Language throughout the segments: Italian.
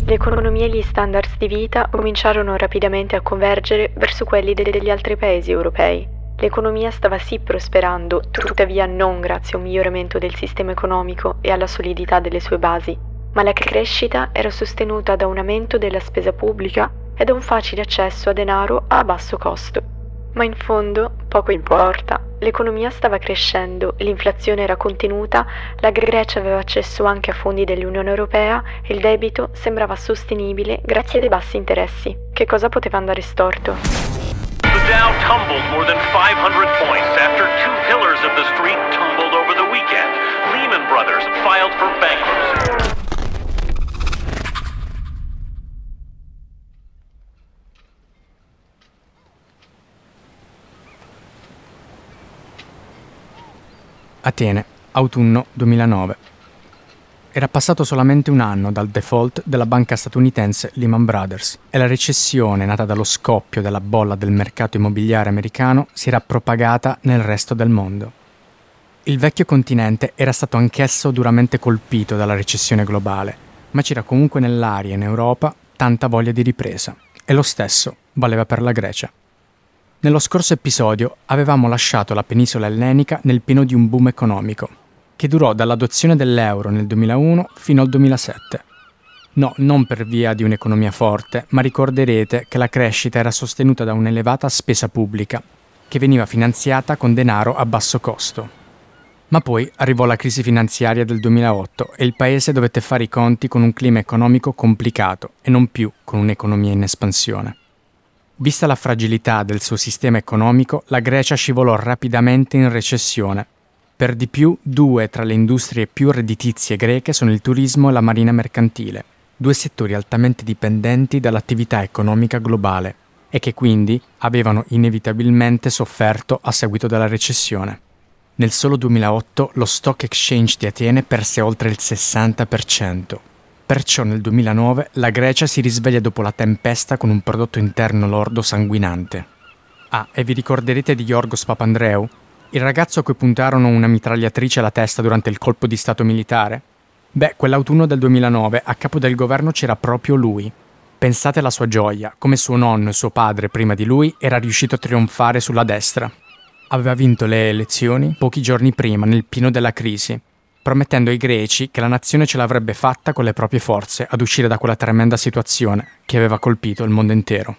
L'economia e gli standards di vita cominciarono rapidamente a convergere verso quelli degli altri paesi europei. L'economia stava sì prosperando, tuttavia non grazie a un miglioramento del sistema economico e alla solidità delle sue basi, ma la crescita era sostenuta da un aumento della spesa pubblica e da un facile accesso a denaro a basso costo. Ma in fondo poco importa, l'economia stava crescendo, l'inflazione era contenuta, la Grecia aveva accesso anche a fondi dell'Unione Europea e il debito sembrava sostenibile grazie ai bassi interessi. Che cosa poteva andare storto? The Dow tumbled more than 500 points after two pillars of the street tumbled over the weekend. Lehman Brothers filed for bankruptcy. Atene, autunno 2009. Era passato solamente un anno dal default della banca statunitense Lehman Brothers e la recessione nata dallo scoppio della bolla del mercato immobiliare americano si era propagata nel resto del mondo. Il vecchio continente era stato anch'esso duramente colpito dalla recessione globale, ma c'era comunque nell'aria in Europa tanta voglia di ripresa, e lo stesso valeva per la Grecia. Nello scorso episodio avevamo lasciato la penisola ellenica nel pieno di un boom economico, che durò dall'adozione dell'euro nel 2001 fino al 2007. No, non per via di un'economia forte, ma ricorderete che la crescita era sostenuta da un'elevata spesa pubblica, che veniva finanziata con denaro a basso costo. Ma poi arrivò la crisi finanziaria del 2008 e il paese dovette fare i conti con un clima economico complicato e non più con un'economia in espansione. Vista la fragilità del suo sistema economico, la Grecia scivolò rapidamente in recessione. Per di più, due tra le industrie più redditizie greche sono il turismo e la marina mercantile, due settori altamente dipendenti dall'attività economica globale e che quindi avevano inevitabilmente sofferto a seguito della recessione. Nel solo 2008 lo stock exchange di Atene perse oltre il 60%. Perciò nel 2009 la Grecia si risveglia dopo la tempesta con un prodotto interno lordo sanguinante. Ah, e vi ricorderete di Yorgos Papandreou? Il ragazzo a cui puntarono una mitragliatrice alla testa durante il colpo di stato militare? Beh, quell'autunno del 2009 a capo del governo c'era proprio lui. Pensate alla sua gioia, come suo nonno e suo padre prima di lui era riuscito a trionfare sulla destra. Aveva vinto le elezioni pochi giorni prima, nel pieno della crisi, promettendo ai greci che la nazione ce l'avrebbe fatta con le proprie forze ad uscire da quella tremenda situazione che aveva colpito il mondo intero.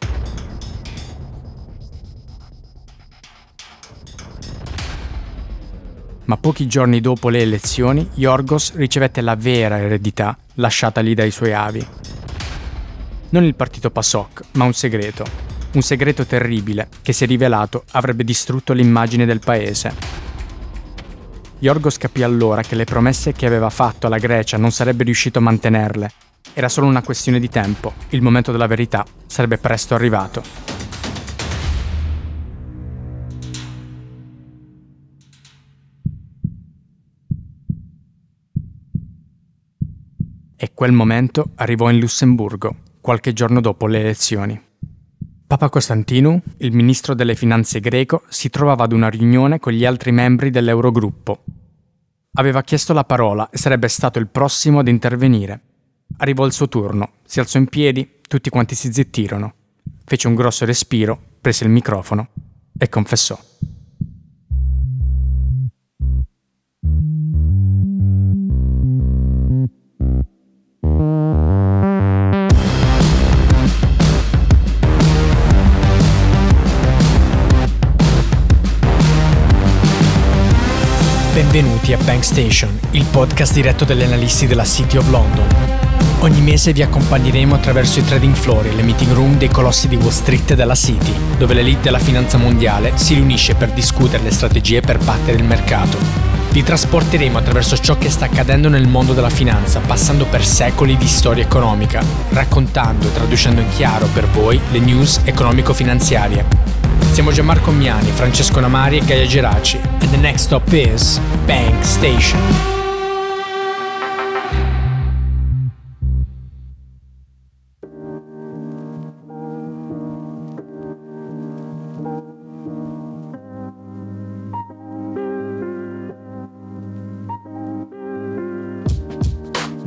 Ma pochi giorni dopo le elezioni, Yorgos ricevette la vera eredità lasciatagli dai suoi avi. Non il partito PASOK, ma un segreto terribile che, se rivelato, avrebbe distrutto l'immagine del paese. Yorgos capì allora che le promesse che aveva fatto alla Grecia non sarebbe riuscito a mantenerle. Era solo una questione di tempo. Il momento della verità sarebbe presto arrivato. E quel momento arrivò in Lussemburgo, qualche giorno dopo le elezioni. Papa Costantinou, il ministro delle finanze greco, si trovava ad una riunione con gli altri membri dell'Eurogruppo. Aveva chiesto la parola e sarebbe stato il prossimo ad intervenire. Arrivò il suo turno, si alzò in piedi, tutti quanti si zittirono. Fece un grosso respiro, prese il microfono e confessò. Benvenuti a Bank Station, il podcast diretto dagli analisti della City of London. Ogni mese vi accompagneremo attraverso i trading floor e le meeting room dei colossi di Wall Street e della City, dove l'elite della finanza mondiale si riunisce per discutere le strategie per battere il mercato. Vi trasporteremo attraverso ciò che sta accadendo nel mondo della finanza, passando per secoli di storia economica, raccontando e traducendo in chiaro per voi le news economico-finanziarie. Siamo Gianmarco Miani, Francesco Namari e Gaia Geraci, and the next stop is Bank Station.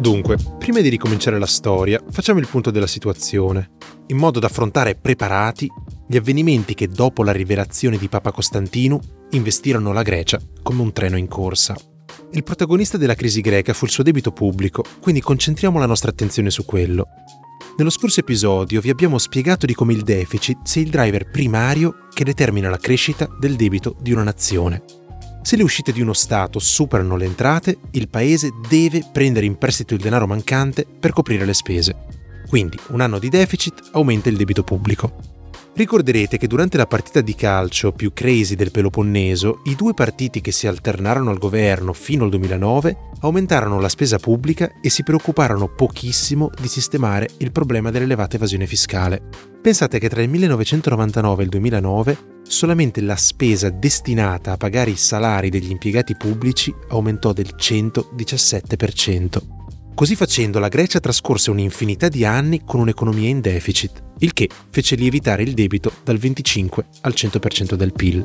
Dunque, prima di ricominciare la storia, facciamo il punto della situazione, in modo da affrontare preparati gli avvenimenti che dopo la rivelazione di Papa Costantino investirono la Grecia come un treno in corsa. Il protagonista della crisi greca fu il suo debito pubblico, quindi concentriamo la nostra attenzione su quello. Nello scorso episodio vi abbiamo spiegato di come il deficit sia il driver primario che determina la crescita del debito di una nazione. Se le uscite di uno Stato superano le entrate, il paese deve prendere in prestito il denaro mancante per coprire le spese. Quindi, un anno di deficit aumenta il debito pubblico. Ricorderete che durante la partita di calcio più crazy del Peloponneso, i due partiti che si alternarono al governo fino al 2009 aumentarono la spesa pubblica e si preoccuparono pochissimo di sistemare il problema dell'elevata evasione fiscale. Pensate che tra il 1999 e il 2009 solamente la spesa destinata a pagare i salari degli impiegati pubblici aumentò del 117%. Così facendo la Grecia trascorse un'infinità di anni con un'economia in deficit, il che fece lievitare il debito dal 25 al 100% del PIL.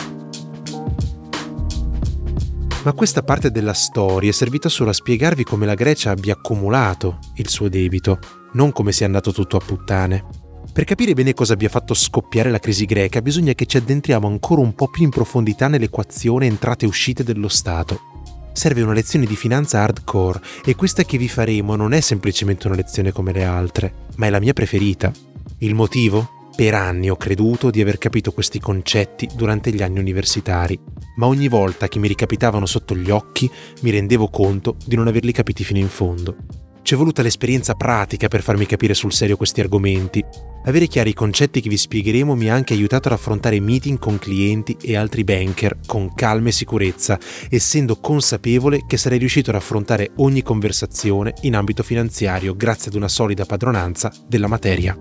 Ma questa parte della storia è servita solo a spiegarvi come la Grecia abbia accumulato il suo debito, non come sia andato tutto a puttane. Per capire bene cosa abbia fatto scoppiare la crisi greca bisogna che ci addentriamo ancora un po' più in profondità nell'equazione entrate e uscite dello Stato. Serve una lezione di finanza hardcore e questa che vi faremo non è semplicemente una lezione come le altre, ma è la mia preferita. Il motivo? Per anni ho creduto di aver capito questi concetti durante gli anni universitari, ma ogni volta che mi ricapitavano sotto gli occhi mi rendevo conto di non averli capiti fino in fondo. C'è voluta l'esperienza pratica per farmi capire sul serio questi argomenti. Avere chiari i concetti che vi spiegheremo mi ha anche aiutato ad affrontare meeting con clienti e altri banker con calma e sicurezza, essendo consapevole che sarei riuscito ad affrontare ogni conversazione in ambito finanziario grazie ad una solida padronanza della materia.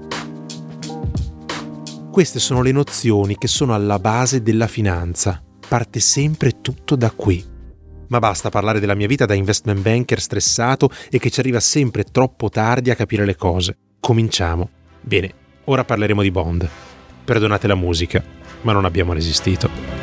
Queste sono le nozioni che sono alla base della finanza. Parte sempre tutto da qui. Ma basta parlare della mia vita da investment banker stressato e che ci arriva sempre troppo tardi a capire le cose. Cominciamo. Bene, ora parleremo di bond. Perdonate la musica, ma non abbiamo resistito.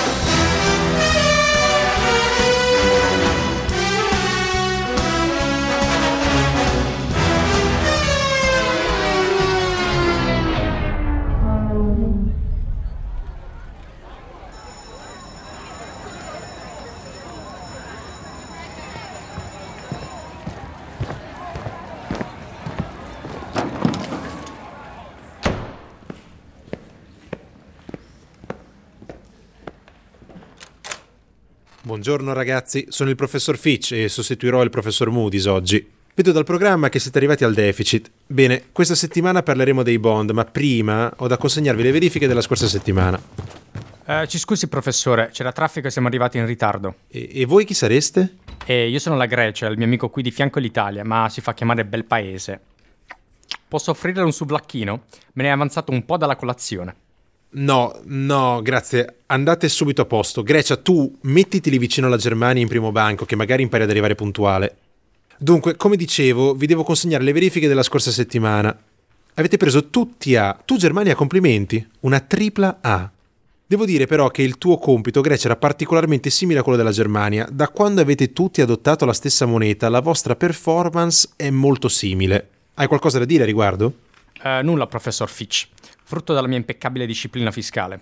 Buongiorno ragazzi, sono il professor Fitch e sostituirò il professor Moody's oggi. Vedo dal programma che siete arrivati al deficit. Bene, questa settimana parleremo dei bond, ma prima ho da consegnarvi le verifiche della scorsa settimana. Ci scusi professore, c'era traffico e siamo arrivati in ritardo. E voi chi sareste? Io sono la Grecia, il mio amico qui di fianco è l'Italia, ma si fa chiamare bel paese. Posso offrire un sublacchino? Me ne è avanzato un po' dalla colazione. No, grazie. Andate subito a posto. Grecia, tu mettiti lì vicino alla Germania in primo banco, che magari impari ad arrivare puntuale. Dunque, come dicevo, vi devo consegnare le verifiche della scorsa settimana. Avete preso tutti A. Tu, Germania, complimenti. Una tripla A. Devo dire però che il tuo compito, Grecia, era particolarmente simile a quello della Germania. Da quando avete tutti adottato la stessa moneta, la vostra performance è molto simile. Hai qualcosa da dire a riguardo? Nulla, professor Fitch. Frutto della mia impeccabile disciplina fiscale.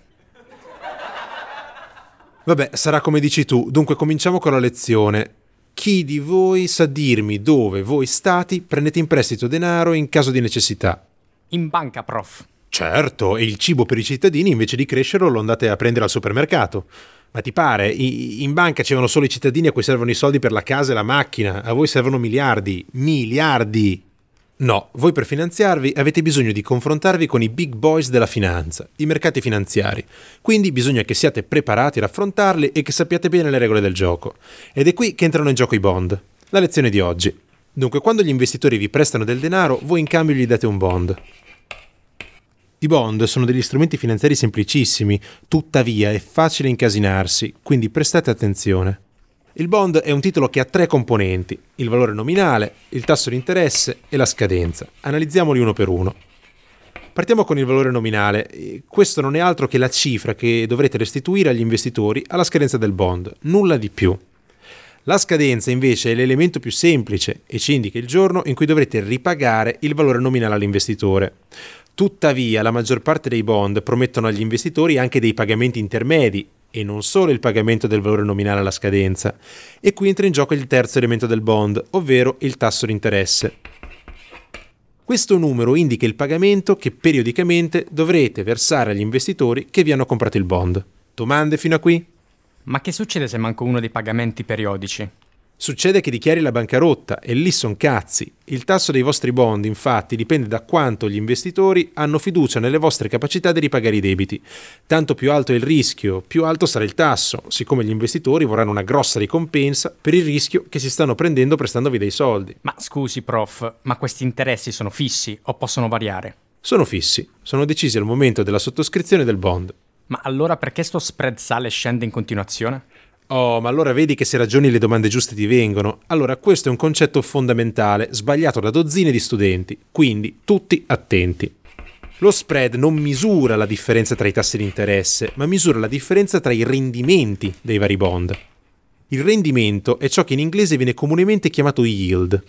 Vabbè, sarà come dici tu. Dunque, cominciamo con la lezione. Chi di voi sa dirmi dove voi stati prendete in prestito denaro in caso di necessità? In banca, prof. Certo, e il cibo per i cittadini invece di crescerlo lo andate a prendere al supermercato. Ma ti pare? In banca c'erano solo i cittadini a cui servono i soldi per la casa e la macchina. A voi servono miliardi. Miliardi! No, voi per finanziarvi avete bisogno di confrontarvi con i big boys della finanza, i mercati finanziari. Quindi bisogna che siate preparati ad affrontarli e che sappiate bene le regole del gioco. Ed è qui che entrano in gioco i bond. La lezione di oggi. Dunque, quando gli investitori vi prestano del denaro, voi in cambio gli date un bond. I bond sono degli strumenti finanziari semplicissimi, tuttavia è facile incasinarsi, quindi prestate attenzione. Il bond è un titolo che ha 3 componenti, il valore nominale, il tasso di interesse e la scadenza. Analizziamoli uno per uno. Partiamo con il valore nominale. Questo non è altro che la cifra che dovrete restituire agli investitori alla scadenza del bond, nulla di più. La scadenza invece è l'elemento più semplice e ci indica il giorno in cui dovrete ripagare il valore nominale all'investitore. Tuttavia, la maggior parte dei bond promettono agli investitori anche dei pagamenti intermedi e non solo il pagamento del valore nominale alla scadenza. E qui entra in gioco il terzo elemento del bond, ovvero il tasso di interesse. Questo numero indica il pagamento che periodicamente dovrete versare agli investitori che vi hanno comprato il bond. Domande fino a qui? Ma che succede se manca uno dei pagamenti periodici? Succede che dichiari la bancarotta e lì son cazzi. Il tasso dei vostri bond, infatti, dipende da quanto gli investitori hanno fiducia nelle vostre capacità di ripagare i debiti. Tanto più alto è il rischio, più alto sarà il tasso, siccome gli investitori vorranno una grossa ricompensa per il rischio che si stanno prendendo prestandovi dei soldi. Ma scusi, prof, ma questi interessi sono fissi o possono variare? Sono fissi, sono decisi al momento della sottoscrizione del bond. Ma allora perché sto spread sale e scende in continuazione? Oh, ma allora vedi che se ragioni le domande giuste ti vengono. Allora, questo è un concetto fondamentale, sbagliato da dozzine di studenti, quindi tutti attenti. Lo spread non misura la differenza tra i tassi di interesse, ma misura la differenza tra i rendimenti dei vari bond. Il rendimento è ciò che in inglese viene comunemente chiamato yield.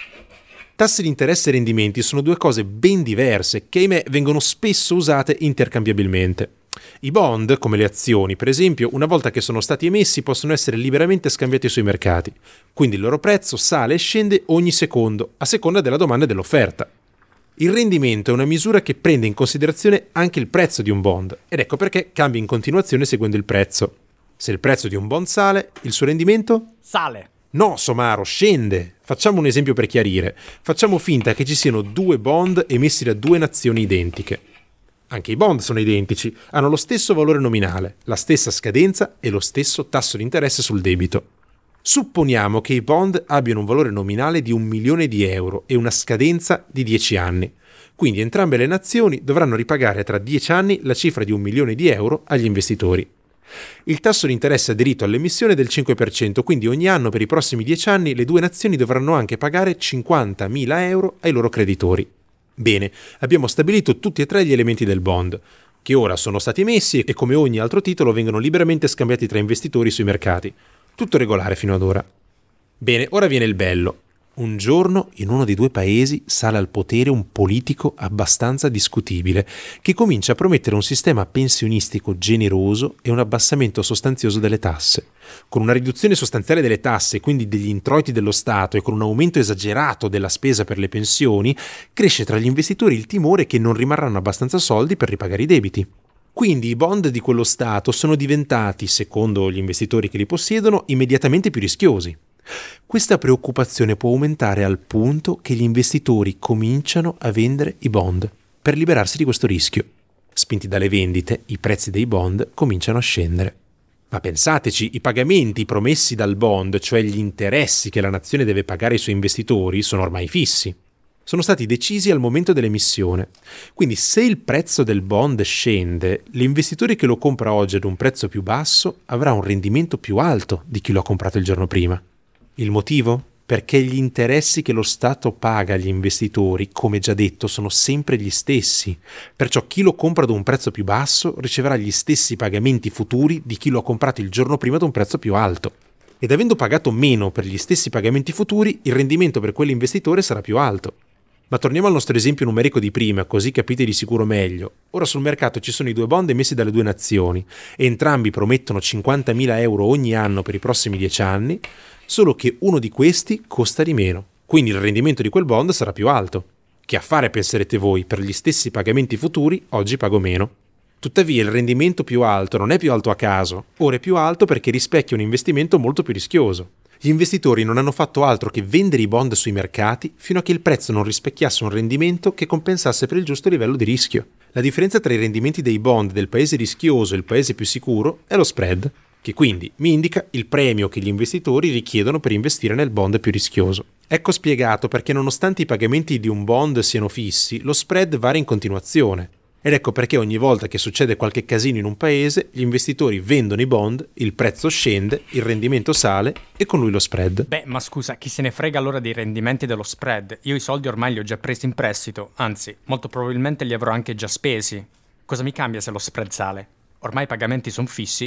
Tassi di interesse e rendimenti sono due cose ben diverse che, ahimè, vengono spesso usate intercambiabilmente. I bond, come le azioni, per esempio, una volta che sono stati emessi possono essere liberamente scambiati sui mercati, quindi il loro prezzo sale e scende ogni secondo, a seconda della domanda e dell'offerta. Il rendimento è una misura che prende in considerazione anche il prezzo di un bond, ed ecco perché cambia in continuazione seguendo il prezzo. Se il prezzo di un bond sale, il suo rendimento? Sale! No, Somaro, scende! Facciamo un esempio per chiarire. Facciamo finta che ci siano due bond emessi da due nazioni identiche. Anche i bond sono identici, hanno lo stesso valore nominale, la stessa scadenza e lo stesso tasso di interesse sul debito. Supponiamo che i bond abbiano un valore nominale di 1 milione di euro e una scadenza di 10 anni. Quindi entrambe le nazioni dovranno ripagare tra 10 anni la cifra di 1 milione di euro agli investitori. Il tasso di interesse aderito all'emissione è del 5%, quindi ogni anno per i prossimi 10 anni le due nazioni dovranno anche pagare 50.000 euro ai loro creditori. Bene, abbiamo stabilito tutti e tre gli elementi del bond, che ora sono stati emessi e come ogni altro titolo vengono liberamente scambiati tra investitori sui mercati. Tutto regolare fino ad ora. Bene, ora viene il bello. Un giorno in uno dei due paesi sale al potere un politico abbastanza discutibile che comincia a promettere un sistema pensionistico generoso e un abbassamento sostanzioso delle tasse. Con una riduzione sostanziale delle tasse, quindi degli introiti dello Stato, e con un aumento esagerato della spesa per le pensioni, cresce tra gli investitori il timore che non rimarranno abbastanza soldi per ripagare i debiti. Quindi i bond di quello Stato sono diventati, secondo gli investitori che li possiedono, immediatamente più rischiosi. Questa preoccupazione può aumentare al punto che gli investitori cominciano a vendere i bond per liberarsi di questo rischio. Spinti dalle vendite, i prezzi dei bond cominciano a scendere. Ma pensateci, i pagamenti promessi dal bond, cioè gli interessi che la nazione deve pagare ai suoi investitori, sono ormai fissi. Sono stati decisi al momento dell'emissione. Quindi se il prezzo del bond scende, l'investitore che lo compra oggi ad un prezzo più basso avrà un rendimento più alto di chi lo ha comprato il giorno prima. Il motivo? Perché gli interessi che lo Stato paga agli investitori, come già detto, sono sempre gli stessi. Perciò chi lo compra ad un prezzo più basso riceverà gli stessi pagamenti futuri di chi lo ha comprato il giorno prima ad un prezzo più alto. Ed avendo pagato meno per gli stessi pagamenti futuri, il rendimento per quell'investitore sarà più alto. Ma torniamo al nostro esempio numerico di prima, così capite di sicuro meglio. Ora sul mercato ci sono i due bond emessi dalle due nazioni e entrambi promettono 50.000 euro ogni anno per i prossimi 10 anni, solo che uno di questi costa di meno, quindi il rendimento di quel bond sarà più alto. Che affare penserete voi? Per gli stessi pagamenti futuri oggi pago meno. Tuttavia il rendimento più alto non è più alto a caso, ora è più alto perché rispecchia un investimento molto più rischioso. Gli investitori non hanno fatto altro che vendere i bond sui mercati fino a che il prezzo non rispecchiasse un rendimento che compensasse per il giusto livello di rischio. La differenza tra i rendimenti dei bond del paese rischioso e il paese più sicuro è lo spread, che quindi mi indica il premio che gli investitori richiedono per investire nel bond più rischioso. Ecco spiegato perché nonostante i pagamenti di un bond siano fissi, lo spread varia in continuazione. Ed ecco perché ogni volta che succede qualche casino in un paese, gli investitori vendono i bond, il prezzo scende, il rendimento sale e con lui lo spread. Beh, ma scusa, chi se ne frega allora dei rendimenti dello spread? Io i soldi ormai li ho già presi in prestito, anzi, molto probabilmente li avrò anche già spesi. Cosa mi cambia se lo spread sale? Ormai i pagamenti sono fissi,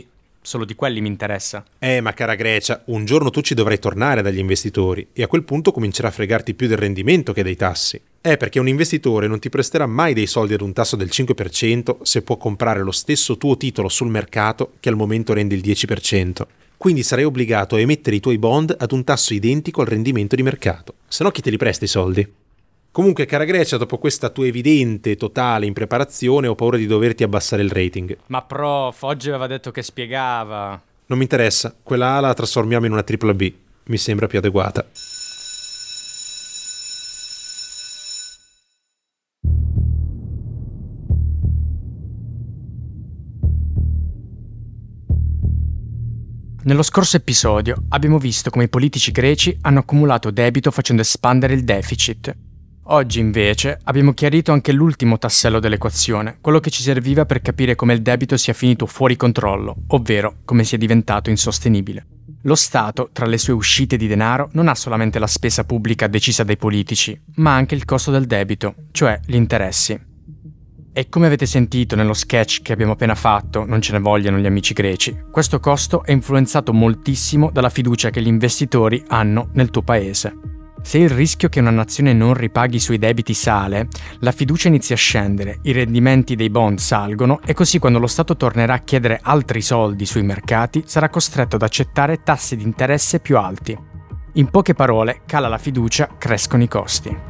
solo di quelli mi interessa. Ma cara Grecia, un giorno tu ci dovrai tornare dagli investitori e a quel punto comincerà a fregarti più del rendimento che dei tassi. Perché un investitore non ti presterà mai dei soldi ad un tasso del 5% se può comprare lo stesso tuo titolo sul mercato che al momento rende il 10%. Quindi sarai obbligato a emettere i tuoi bond ad un tasso identico al rendimento di mercato. Se no chi te li presta i soldi? Comunque, cara Grecia, dopo questa tua evidente, totale impreparazione ho paura di doverti abbassare il rating. Ma prof, oggi aveva detto che spiegava. Non mi interessa, quella A la trasformiamo in una tripla B. Mi sembra più adeguata. Nello scorso episodio abbiamo visto come i politici greci hanno accumulato debito facendo espandere il deficit. Oggi invece abbiamo chiarito anche l'ultimo tassello dell'equazione, quello che ci serviva per capire come il debito sia finito fuori controllo, ovvero come sia diventato insostenibile. Lo Stato, tra le sue uscite di denaro, non ha solamente la spesa pubblica decisa dai politici, ma anche il costo del debito, cioè gli interessi. E come avete sentito nello sketch che abbiamo appena fatto, non ce ne vogliano gli amici greci, questo costo è influenzato moltissimo dalla fiducia che gli investitori hanno nel tuo paese. Se il rischio che una nazione non ripaghi i suoi debiti sale, la fiducia inizia a scendere, i rendimenti dei bond salgono e così quando lo Stato tornerà a chiedere altri soldi sui mercati sarà costretto ad accettare tassi di interesse più alti. In poche parole, cala la fiducia, crescono i costi.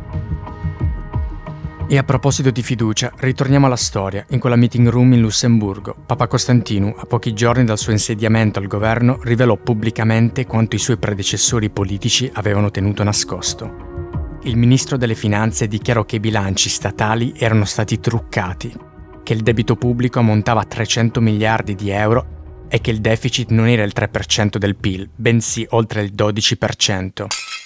E a proposito di fiducia, ritorniamo alla storia, in quella meeting room in Lussemburgo. Papa Costantino, a pochi giorni dal suo insediamento al governo, rivelò pubblicamente quanto i suoi predecessori politici avevano tenuto nascosto. Il ministro delle finanze dichiarò che i bilanci statali erano stati truccati, che il debito pubblico ammontava a 300 miliardi di euro e che il deficit non era il 3% del PIL, bensì oltre il 12%.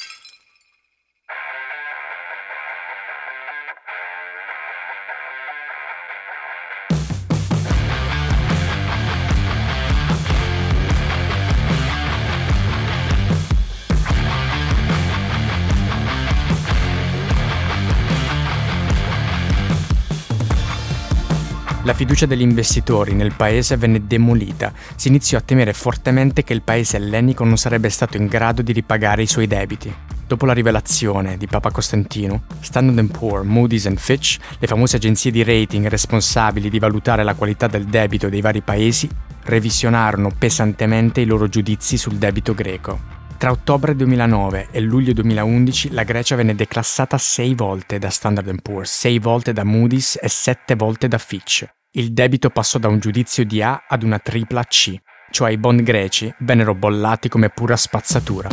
La fiducia degli investitori nel paese venne demolita. Si iniziò a temere fortemente che il paese ellenico non sarebbe stato in grado di ripagare i suoi debiti. Dopo la rivelazione di Papa Costantino, Standard & Poor's, Moody's e Fitch, le famose agenzie di rating responsabili di valutare la qualità del debito dei vari paesi, revisionarono pesantemente i loro giudizi sul debito greco. Tra ottobre 2009 e luglio 2011 la Grecia venne declassata 6 volte da Standard & Poor's, 6 volte da Moody's e 7 volte da Fitch. Il debito passò da un giudizio di A ad una tripla C, cioè i bond greci vennero bollati come pura spazzatura.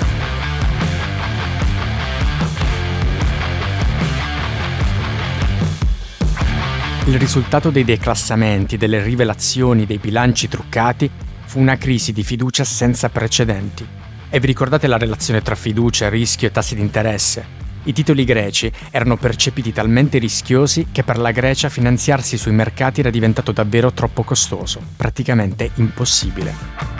Il risultato dei declassamenti e delle rivelazioni dei bilanci truccati fu una crisi di fiducia senza precedenti. E vi ricordate la relazione tra fiducia, rischio e tassi di interesse? I titoli greci erano percepiti talmente rischiosi che per la Grecia finanziarsi sui mercati era diventato davvero troppo costoso, praticamente impossibile.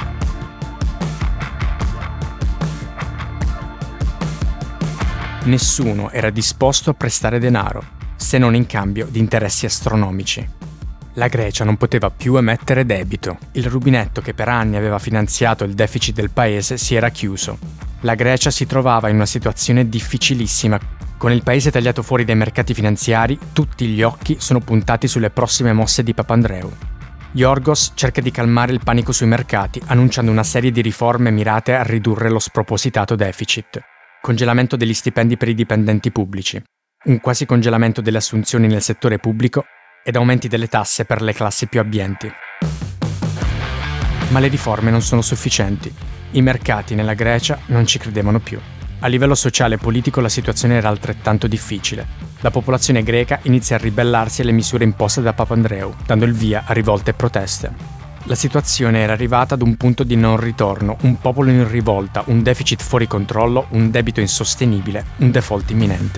Nessuno era disposto a prestare denaro, se non in cambio di interessi astronomici. La Grecia non poteva più emettere debito. Il rubinetto che per anni aveva finanziato il deficit del paese si era chiuso. La Grecia si trovava in una situazione difficilissima. Con il paese tagliato fuori dai mercati finanziari, tutti gli occhi sono puntati sulle prossime mosse di Papandreou. Yorgos cerca di calmare il panico sui mercati, annunciando una serie di riforme mirate a ridurre lo spropositato deficit. Congelamento degli stipendi per i dipendenti pubblici, un quasi congelamento delle assunzioni nel settore pubblico ed aumenti delle tasse per le classi più abbienti. Ma le riforme non sono sufficienti. I mercati nella Grecia non ci credevano più. A livello sociale e politico la situazione era altrettanto difficile. La popolazione greca inizia a ribellarsi alle misure imposte da Papandreou, dando il via a rivolte e proteste. La situazione era arrivata ad un punto di non ritorno, un popolo in rivolta, un deficit fuori controllo, un debito insostenibile, un default imminente.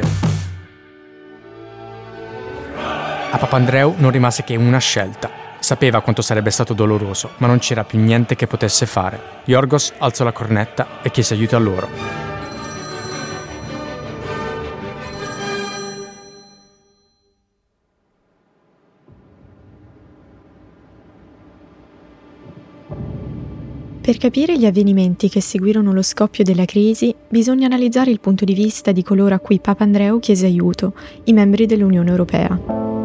A Papandreou non rimase che una scelta. Sapeva quanto sarebbe stato doloroso, ma non c'era più niente che potesse fare. Yorgos alzò la cornetta e chiese aiuto a loro. Per capire gli avvenimenti che seguirono lo scoppio della crisi, bisogna analizzare il punto di vista di coloro a cui Papandreou chiese aiuto, i membri dell'Unione Europea.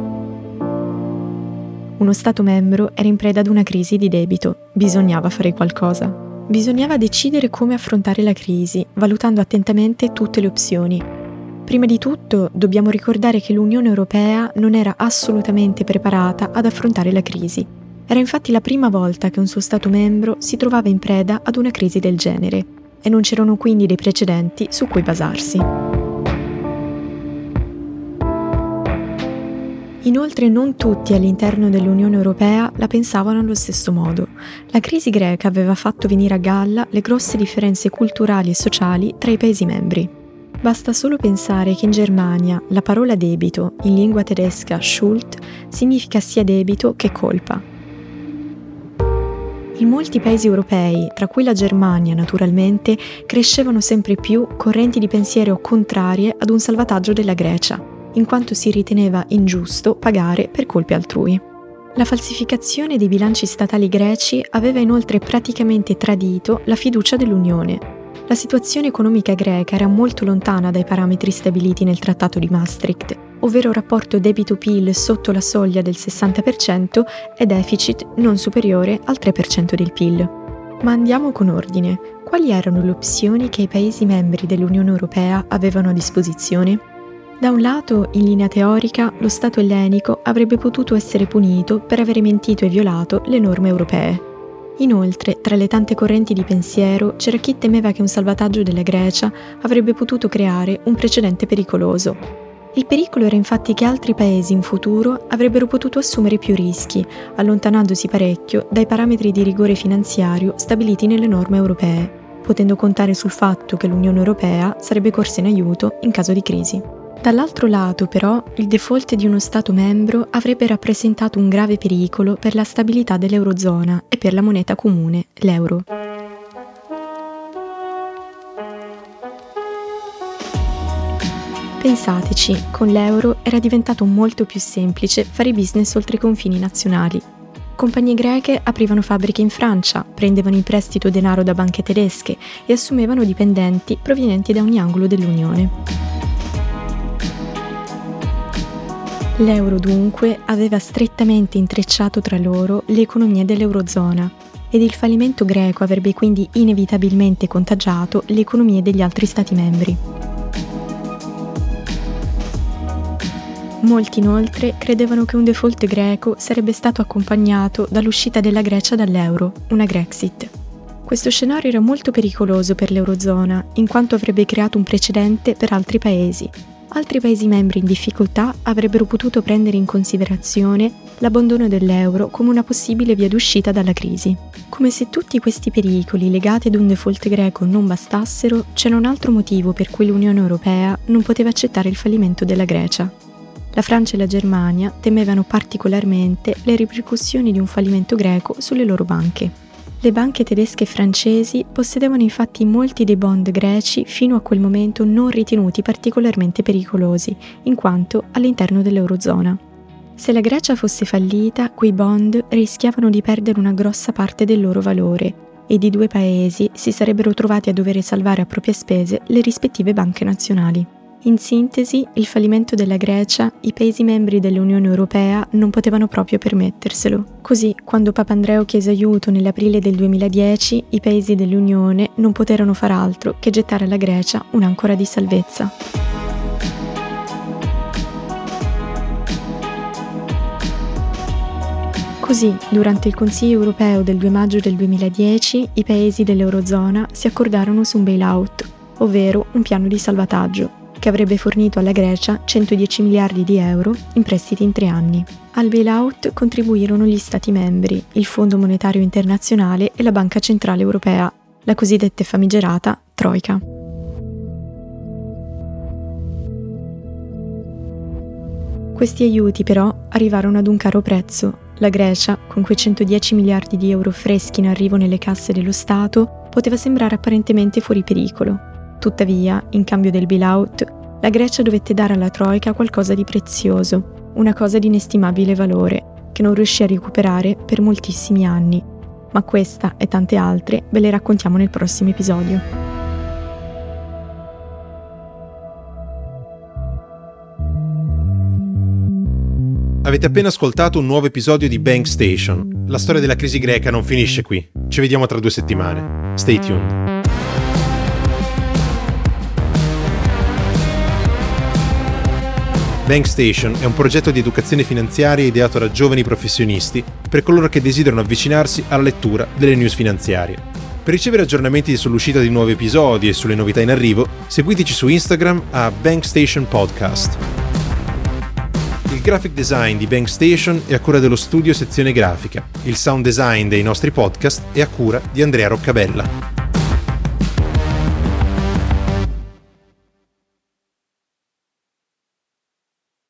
Uno Stato membro era in preda ad una crisi di debito, bisognava fare qualcosa. Bisognava decidere come affrontare la crisi, valutando attentamente tutte le opzioni. Prima di tutto, dobbiamo ricordare che l'Unione Europea non era assolutamente preparata ad affrontare la crisi. Era infatti la prima volta che un suo Stato membro si trovava in preda ad una crisi del genere, e non c'erano quindi dei precedenti su cui basarsi. Inoltre non tutti all'interno dell'Unione Europea la pensavano allo stesso modo. La crisi greca aveva fatto venire a galla le grosse differenze culturali e sociali tra i Paesi membri. Basta solo pensare che in Germania la parola debito, in lingua tedesca Schuld, significa sia debito che colpa. In molti paesi europei, tra cui la Germania naturalmente, crescevano sempre più correnti di pensiero contrarie ad un salvataggio della Grecia, in quanto si riteneva ingiusto pagare per colpe altrui. La falsificazione dei bilanci statali greci aveva inoltre praticamente tradito la fiducia dell'Unione. La situazione economica greca era molto lontana dai parametri stabiliti nel Trattato di Maastricht, ovvero un rapporto debito-PIL sotto la soglia del 60% e deficit non superiore al 3% del PIL. Ma andiamo con ordine. Quali erano le opzioni che i Paesi membri dell'Unione Europea avevano a disposizione? Da un lato, in linea teorica, lo Stato ellenico avrebbe potuto essere punito per aver mentito e violato le norme europee. Inoltre, tra le tante correnti di pensiero, c'era chi temeva che un salvataggio della Grecia avrebbe potuto creare un precedente pericoloso. Il pericolo era infatti che altri paesi in futuro avrebbero potuto assumere più rischi, allontanandosi parecchio dai parametri di rigore finanziario stabiliti nelle norme europee, potendo contare sul fatto che l'Unione Europea sarebbe corsa in aiuto in caso di crisi. Dall'altro lato, però, il default di uno Stato membro avrebbe rappresentato un grave pericolo per la stabilità dell'Eurozona e per la moneta comune, l'euro. Pensateci, con l'euro era diventato molto più semplice fare business oltre i confini nazionali. Compagnie greche aprivano fabbriche in Francia, prendevano in prestito denaro da banche tedesche e assumevano dipendenti provenienti da ogni angolo dell'Unione. L'euro dunque aveva strettamente intrecciato tra loro le economie dell'Eurozona ed il fallimento greco avrebbe quindi inevitabilmente contagiato le economie degli altri Stati membri. Molti inoltre credevano che un default greco sarebbe stato accompagnato dall'uscita della Grecia dall'euro, una Grexit. Questo scenario era molto pericoloso per l'Eurozona, in quanto avrebbe creato un precedente per altri paesi. Altri Paesi membri in difficoltà avrebbero potuto prendere in considerazione l'abbandono dell'euro come una possibile via d'uscita dalla crisi. Come se tutti questi pericoli legati ad un default greco non bastassero, c'era un altro motivo per cui l'Unione Europea non poteva accettare il fallimento della Grecia. La Francia e la Germania temevano particolarmente le ripercussioni di un fallimento greco sulle loro banche. Le banche tedesche e francesi possedevano infatti molti dei bond greci fino a quel momento non ritenuti particolarmente pericolosi, in quanto all'interno dell'Eurozona. Se la Grecia fosse fallita, quei bond rischiavano di perdere una grossa parte del loro valore e i due paesi si sarebbero trovati a dover salvare a proprie spese le rispettive banche nazionali. In sintesi, il fallimento della Grecia, i Paesi membri dell'Unione Europea non potevano proprio permetterselo. Così, quando Papandreou chiese aiuto nell'aprile del 2010, i Paesi dell'Unione non poterono far altro che gettare alla Grecia un'ancora di salvezza. Così, durante il Consiglio europeo del 2 maggio del 2010, i Paesi dell'Eurozona si accordarono su un bailout, ovvero un piano di salvataggio, che avrebbe fornito alla Grecia 110 miliardi di euro in prestiti in 3 anni. Al bailout contribuirono gli Stati membri, il Fondo Monetario Internazionale e la Banca Centrale Europea, la cosiddetta e famigerata Troika. Questi aiuti però arrivarono ad un caro prezzo. La Grecia, con quei 110 miliardi di euro freschi in arrivo nelle casse dello Stato, poteva sembrare apparentemente fuori pericolo. Tuttavia, in cambio del bailout, la Grecia dovette dare alla Troika qualcosa di prezioso, una cosa di inestimabile valore, che non riuscì a recuperare per moltissimi anni. ma questa e tante altre ve le raccontiamo nel prossimo episodio. Avete appena ascoltato un nuovo episodio di Bank Station. La storia della crisi greca non finisce qui. Ci vediamo tra 2 settimane. Stay tuned. Bank Station è un progetto di educazione finanziaria ideato da giovani professionisti per coloro che desiderano avvicinarsi alla lettura delle news finanziarie. Per ricevere aggiornamenti sull'uscita di nuovi episodi e sulle novità in arrivo, seguiteci su Instagram a Bank Station Podcast. Il graphic design di Bank Station è a cura dello studio Sezione Grafica. Il sound design dei nostri podcast è a cura di Andrea Roccabella.